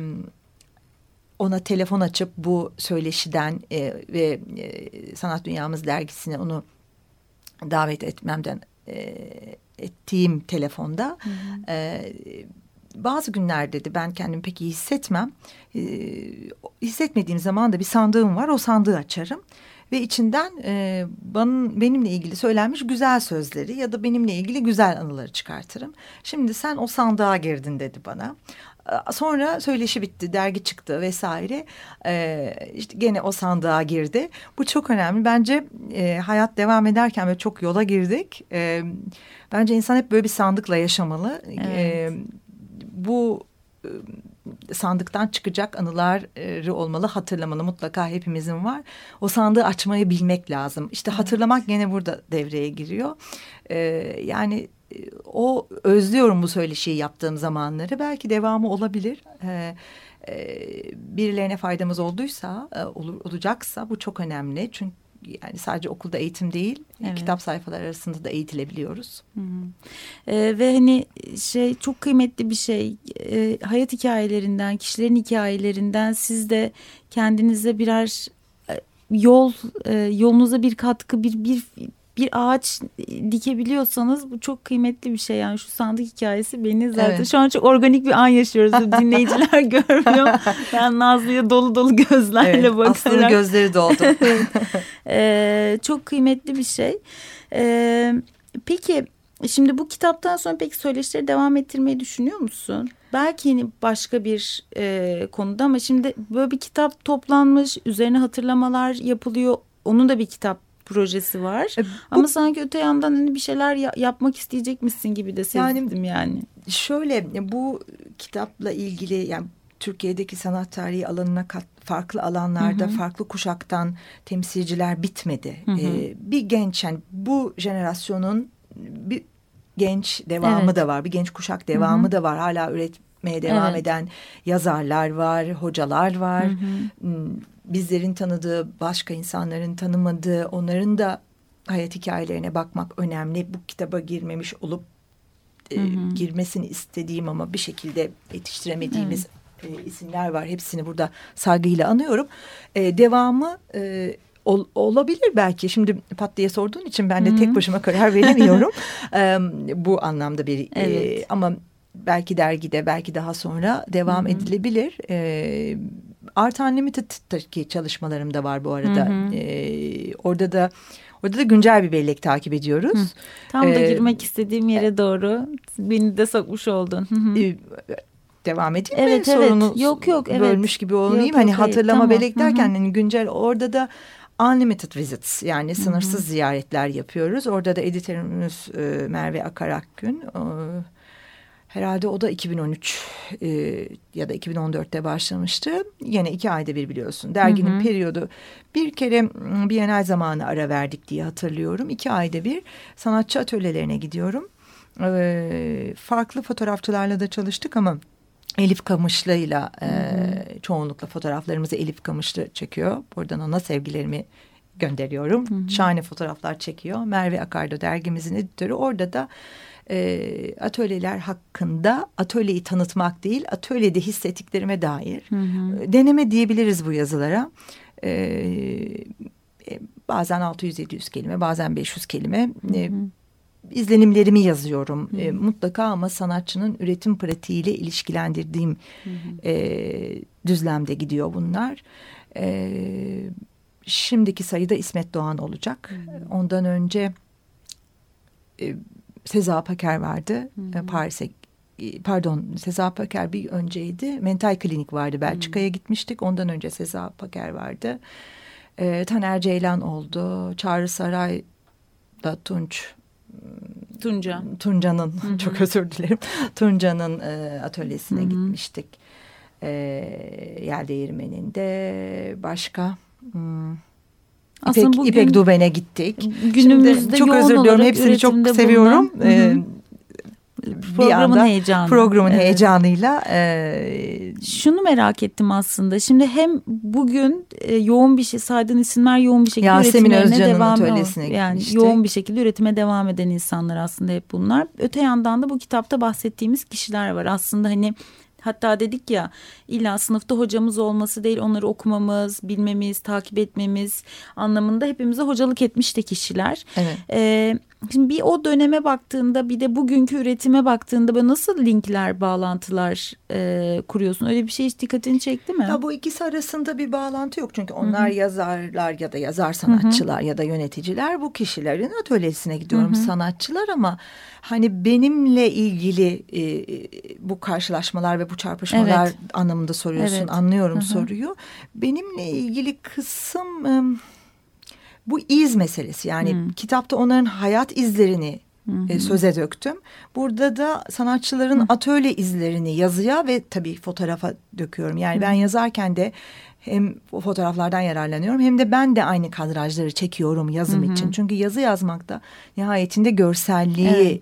ona telefon açıp bu söyleşiden ve Sanat Dünyamız dergisine onu davet etmemden ettiğim telefonda bazı günler dedi ben kendimi pek iyi hissetmem. Hissetmediğim zaman da bir sandığım var, o sandığı açarım. Ve içinden benimle ilgili söylenmiş güzel sözleri ya da benimle ilgili güzel anıları çıkartırım. Şimdi sen o sandığa girdin dedi bana. Sonra söyleşi bitti, dergi çıktı vesaire. İşte gene o sandığa girdi. Bu çok önemli. Bence hayat devam ederken böyle çok yola girdik. Bence insan hep böyle bir sandıkla yaşamalı. Evet. Bu sandıktan çıkacak anıları olmalı, hatırlamalı, mutlaka hepimizin var. O sandığı açmayı bilmek lazım. İşte hatırlamak gene burada devreye giriyor. Yani o özlüyorum bu söyleşiyi yaptığım zamanları. Belki devamı olabilir. Birilerine faydamız olduysa, olacaksa bu çok önemli. Çünkü yani sadece okulda eğitim değil, evet. kitap sayfaları arasında da eğitilebiliyoruz. Ve hani çok kıymetli bir şey, hayat hikayelerinden, kişilerin hikayelerinden siz de kendinize birer yolunuza bir katkı, bir ağaç dikebiliyorsanız bu çok kıymetli bir şey. Yani şu sandık hikayesi beni zaten evet. Şu an çok organik bir an yaşıyoruz. Dinleyiciler görmüyor. Ben Nazlı'ya dolu dolu gözlerle evet, bakarak. Aslı'nın gözleri doldu. Çok kıymetli bir şey. Peki şimdi bu kitaptan sonra peki söyleşileri devam ettirmeyi düşünüyor musun? Belki yine başka bir konuda ama şimdi böyle bir kitap toplanmış, üzerine hatırlamalar yapılıyor. Onun da bir kitap projesi var. Ama sanki öte yandan hani bir şeyler yapmak isteyecekmişsin gibi de sezdim yani. Şöyle bu kitapla ilgili yani Türkiye'deki sanat tarihi alanına farklı alanlarda farklı kuşaktan temsilciler bitmedi. Bir genç yani bu jenerasyonun bir genç devamı da var. Bir genç kuşak devamı da var. Hala üretmeye devam eden yazarlar var, hocalar var. Bizlerin tanıdığı, başka insanların tanımadığı, onların da hayat hikayelerine bakmak önemli. Bu kitaba girmemiş olup girmesini istediğim ama bir şekilde yetiştiremediğimiz isimler var. Hepsini burada saygıyla anıyorum. Devamı olabilir belki. Şimdi pat diye sorduğun için ben de tek başıma karar veremiyorum. Bu anlamda bir ama belki dergide, belki daha sonra devam edilebilir. Art Unlimited'daki çalışmalarım da var bu arada. Orada da güncel bir bellek takip ediyoruz. Tam da girmek istediğim yere doğru beni de sokmuş oldun. Devam edeyim mi? Sorunu yok bölmüş gibi olmayayım. Hani hatırlama bellek derken hani güncel orada da Unlimited Visits yani sınırsız ziyaretler yapıyoruz. Orada da editörümüz Merve Akar Akgün. Herhalde o da 2013 ya da 2014'te başlamıştı. Yine 2 ayda bir biliyorsun. Derginin periyodu bir kere Bienal zamanı ara verdik diye hatırlıyorum. 2 ayda bir sanatçı atölyelerine gidiyorum. Farklı fotoğrafçılarla da çalıştık ama Elif Kamışlı'yla çoğunlukla fotoğraflarımızı Elif Kamışlı çekiyor. Buradan ona sevgilerimi gönderiyorum. Şahane fotoğraflar çekiyor. Merve Akardo dergimizin editörü. Orada da atölyeler hakkında atölyeyi tanıtmak değil, atölyede hissettiklerime dair deneme diyebiliriz bu yazılara. Bazen 600-700 kelime, bazen 500 kelime izlenimlerimi yazıyorum. Mutlaka ama sanatçının üretim pratiğiyle ilişkilendirdiğim düzlemde gidiyor bunlar. Şimdiki sayıda İsmet Doğan olacak. Ondan önce Seza Peker vardı. Paris'e Seza Peker bir önceydi. Mental Klinik vardı. Belçika'ya gitmiştik. Ondan önce Seza Peker vardı. Taner Ceylan oldu. Çağrı Saray'da Tunca'nın çok özür dilerim. Tunca'nın atölyesine gitmiştik. Yel Değirmeni'nde başka İpek Duben'e gittik. Günümüzde şimdi çok özür diliyorum. Hepsini çok seviyorum. Programın heyecanıyla. Şunu merak ettim aslında. Şimdi hem bugün yoğun bir şey saydığın isimler yoğun bir şekilde Yasemin üretimlerine devam ediyor. Yani yoğun bir şekilde üretime devam eden insanlar aslında hep bunlar. Öte yandan da bu kitapta bahsettiğimiz kişiler var. Aslında hani hatta dedik ya illa sınıfta hocamız olması değil onları okumamız, bilmemiz, takip etmemiz anlamında hepimize hocalık etmiş de kişiler. Evet. Şimdi bir o döneme baktığında bir de bugünkü üretime baktığında böyle nasıl linkler, bağlantılar kuruyorsun? Öyle bir şey hiç dikkatini çekti mi? Ya bu ikisi arasında bir bağlantı yok. Çünkü onlar yazarlar ya da yazar sanatçılar ya da yöneticiler. Bu kişilerin atölyesine gidiyorum, sanatçılar, ama hani benimle ilgili bu karşılaşmalar ve bu çarpışmalar anlamında soruyorsun. Evet. Anlıyorum soruyu. Benimle ilgili kısım bu iz meselesi. Yani kitapta onların hayat izlerini söze döktüm. Burada da sanatçıların atölye izlerini yazıya ve tabii fotoğrafa döküyorum. Yani ben yazarken de hem o fotoğraflardan yararlanıyorum hem de ben de aynı kadrajları çekiyorum yazım için. Çünkü yazı yazmakta nihayetinde görselliği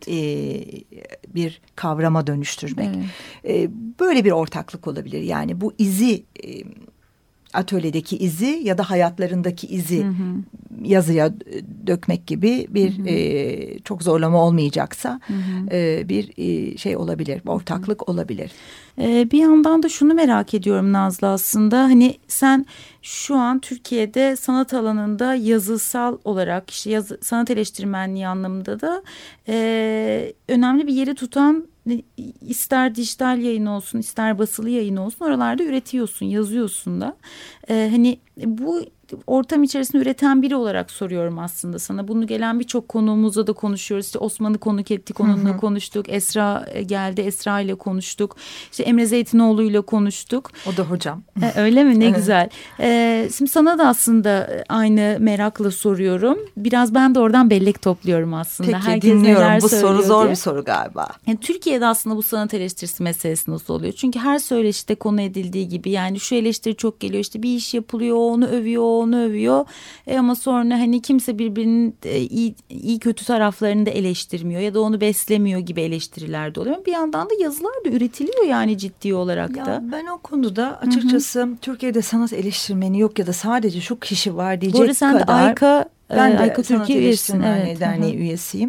bir kavrama dönüştürmek. Böyle bir ortaklık olabilir. Yani bu izi, atölyedeki izi ya da hayatlarındaki izi yazıya dökmek gibi bir çok zorlama olmayacaksa bir şey olabilir, ortaklık olabilir. Bir yandan da şunu merak ediyorum Nazlı, aslında hani sen şu an Türkiye'de sanat alanında yazısal olarak işte sanat eleştirmenliği anlamında da önemli bir yeri tutan, ister dijital yayın olsun ister basılı yayın olsun oralarda üretiyorsun, yazıyorsun da. Hani bu ortam içerisinde üreten biri olarak soruyorum aslında sana. Bunu gelen birçok konuğumuzla da konuşuyoruz. İşte Osman'ı konuk ettik, onunla konuştuk. Esra geldi, Esra ile konuştuk. İşte Emre Zeytinoğlu ile konuştuk. O da hocam. Öyle mi? Ne güzel. Şimdi sana da aslında aynı merakla soruyorum. Biraz ben de oradan bellek topluyorum aslında. Peki, herkes dinliyorum. neler Bu soru zor diye. bir soru galiba. Yani Türkiye'de aslında bu sanat eleştirisi meselesi nasıl oluyor? Çünkü her söyleşide konu edildiği gibi, yani şu eleştiri çok geliyor. İşte bir iş yapılıyor, onu övüyor. Ama sonra hani kimse birbirinin iyi kötü taraflarını da eleştirmiyor ya da onu beslemiyor gibi eleştiriler de oluyor. Bir yandan da yazılar da üretiliyor yani ciddi olarak da. Ben o konuda açıkçası Türkiye'de sanat eleştirmeni yok ya da sadece şu kişi var diyecek kadar. Sen de Ayka Türkiye Sanat üyesin. Eleştirmenliği Derneği üyesiyim.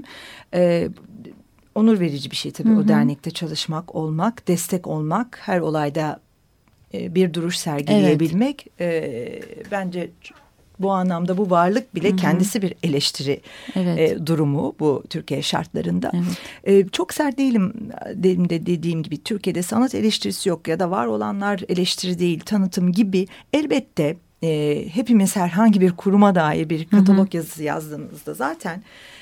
Onur verici bir şey tabii o dernekte çalışmak, olmak, destek olmak, her olayda bir duruş sergileyebilmek. Bence bu anlamda bu varlık bile kendisi bir eleştiri durumu bu Türkiye şartlarında. Çok sert değilim, dediğim gibi Türkiye'de sanat eleştirisi yok ya da var olanlar eleştiri değil, tanıtım gibi. Elbette hepimiz herhangi bir kuruma dair bir katalog yazısı yazdığımızda zaten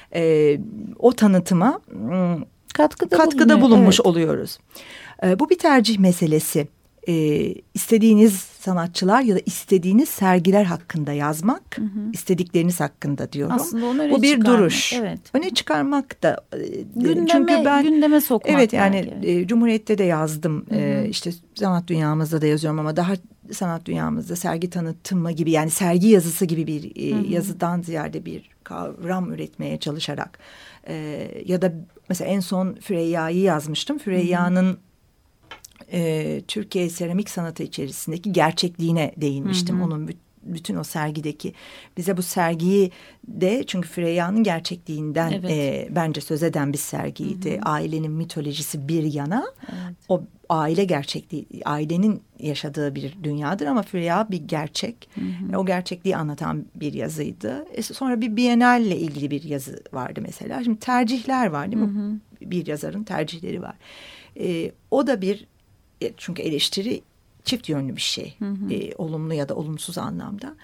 o tanıtıma katkıda bulunmuş oluyoruz. Bu bir tercih meselesi. İstediğiniz sanatçılar ya da istediğiniz sergiler hakkında yazmak, istedikleriniz hakkında diyorum. Aslında onu bu bir duruş. Evet. Öne çıkarmak da gündeme sokmak. Evet, yani Cumhuriyet'te de yazdım. İşte sanat dünyamızda da yazıyorum ama daha sanat dünyamızda sergi tanıtımı gibi, yani sergi yazısı gibi bir yazıdan ziyade bir kavram üretmeye çalışarak ya da mesela en son Füreyya'yı yazmıştım. Füreyya'nın Türkiye seramik sanatı içerisindeki gerçekliğine değinmiştim. Onun bütün o sergideki, bize bu sergiyi de, çünkü Füreyya'nın gerçekliğinden bence söz eden bir sergiydi. Ailenin mitolojisi bir yana, o aile gerçekliği, ailenin yaşadığı bir dünyadır ama Füreyya bir gerçek. O gerçekliği anlatan bir yazıydı. Sonra bir Biennalle ilgili bir yazı vardı mesela. Şimdi tercihler var değil mi? Bir yazarın tercihleri var. O da bir, çünkü eleştiri çift yönlü bir şey. Olumlu ya da olumsuz anlamda.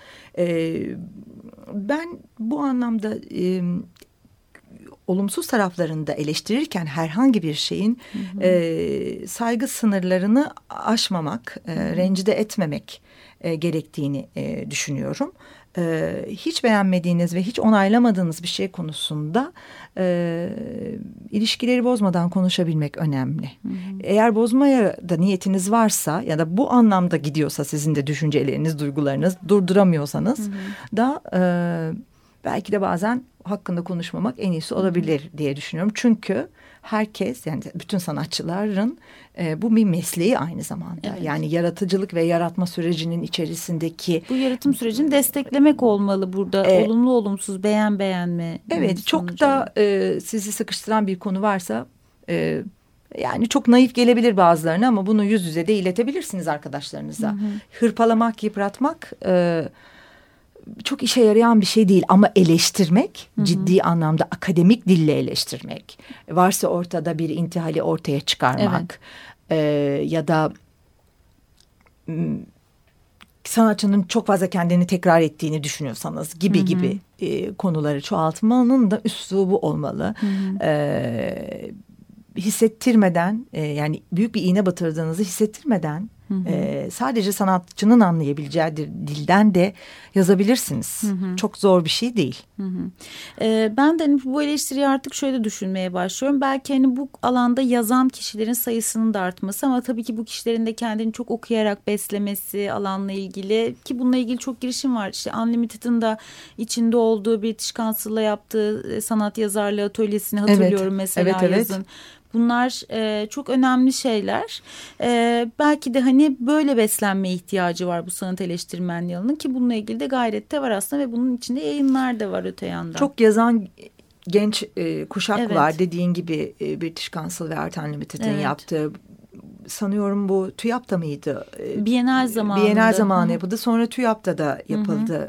Ben bu anlamda olumsuz taraflarını da eleştirirken herhangi bir şeyin saygı sınırlarını aşmamak, rencide etmemek gerektiğini düşünüyorum. Hiç beğenmediğiniz ve hiç onaylamadığınız bir şey konusunda ilişkileri bozmadan konuşabilmek önemli. Eğer bozmaya da niyetiniz varsa ya da bu anlamda gidiyorsa sizin de düşünceleriniz, duygularınız, durduramıyorsanız da belki de bazen hakkında konuşmamak en iyisi olabilir diye düşünüyorum. Çünkü herkes, yani bütün sanatçıların bu bir mesleği aynı zamanda. Evet. Yani yaratıcılık ve yaratma sürecinin içerisindeki... Bu yaratım sürecini desteklemek olmalı burada. Olumlu olumsuz, beğenme. Evet, çok da sizi sıkıştıran bir konu varsa... Yani çok naif gelebilir bazılarına ama bunu yüz yüze de iletebilirsiniz arkadaşlarınıza. Hırpalamak, yıpratmak... çok işe yarayan bir şey değil ama eleştirmek, ciddi anlamda akademik dille eleştirmek, varsa ortada bir intihali ortaya çıkarmak, ya da sanatçının çok fazla kendini tekrar ettiğini düşünüyorsanız gibi konuları çoğaltmanın da üslubu olmalı. Hissettirmeden, yani büyük bir iğne batırdığınızı hissettirmeden, sadece sanatçının anlayabileceği dilden de yazabilirsiniz. Çok zor bir şey değil. Ben de hani bu eleştiriyi artık şöyle düşünmeye başlıyorum. Belki hani bu alanda yazan kişilerin sayısının da artması, ama tabii ki bu kişilerin de kendini çok okuyarak beslemesi alanla ilgili, ki bununla ilgili çok girişim var. İşte Unlimited'ın da içinde olduğu British Council'la yaptığı sanat yazarlığı atölyesini hatırlıyorum mesela yazın. Bunlar çok önemli şeyler. Belki de hani böyle beslenmeye ihtiyacı var bu sanat eleştirmenliğinin, ki bununla ilgili de gayret de var aslında ve bunun içinde yayınlar da var öte yandan. Çok yazan genç kuşak var. Dediğin gibi British Council ve Art Unlimited'ın yaptığı, sanıyorum bu TÜYAP'ta mıydı? Bienal zamanı yapıldı. Sonra TÜYAP'ta da yapıldı.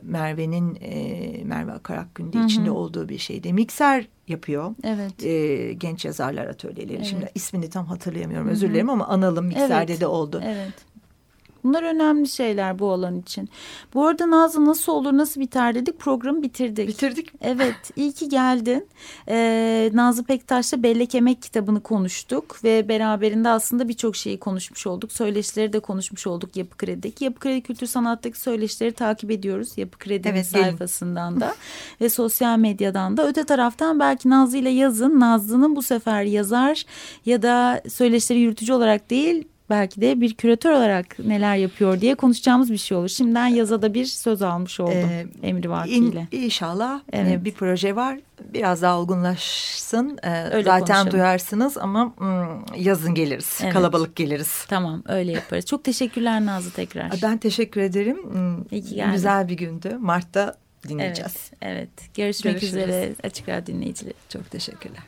Merve Akarakgün de içinde olduğu bir şeydi. Mikser yapıyor. Genç yazarlar atölyeleri. Şimdi ismini tam hatırlayamıyorum. Özür dilerim ama analım, Mikser'de de oldu. Bunlar önemli şeyler bu alan için. Bu arada Nazlı, nasıl olur nasıl biter dedik, programı bitirdik. Evet, iyi ki geldin. Nazlı Pektaş'la Bellek Emek kitabını konuştuk ve beraberinde aslında birçok şeyi konuşmuş olduk. Söyleşileri de konuşmuş olduk Yapı Kredi'deki. Yapı Kredi Kültür Sanat'taki söyleşileri takip ediyoruz. Yapı Kredi'nin sayfasından da ve sosyal medyadan da. Öte taraftan belki Nazlı ile yazın. Nazlı'nın bu sefer yazar ya da söyleşileri yürütücü olarak değil, belki de bir küratör olarak neler yapıyor diye konuşacağımız bir şey olur. Şimdiden yaza da bir söz almış oldum emrivakiyle. İnşallah bir proje var. Biraz daha olgunlaşsın. Zaten konuşalım. Duyarsınız ama yazın geliriz. Kalabalık geliriz. Tamam, öyle yaparız. Çok teşekkürler Nazlı tekrar. Ben teşekkür ederim. İyi ki geldin. Güzel bir gündü. Mart'ta dinleyeceğiz. Evet. Görüşmek üzere Açık Radyo dinleyicileri. Çok teşekkürler.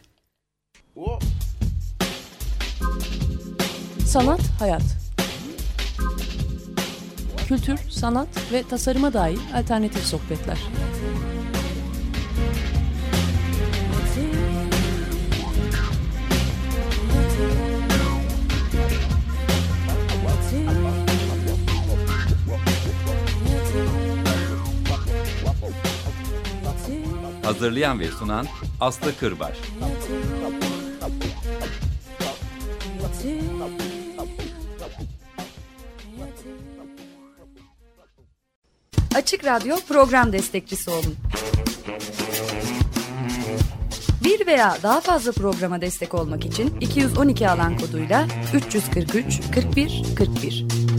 Sanat, hayat. Kültür, sanat ve tasarıma dair alternatif sohbetler. Hazırlayan ve sunan Aslı Kırbaş. Açık Radyo program destekçisi olun. Bir veya daha fazla programa destek olmak için 212 alan koduyla 343 41 41.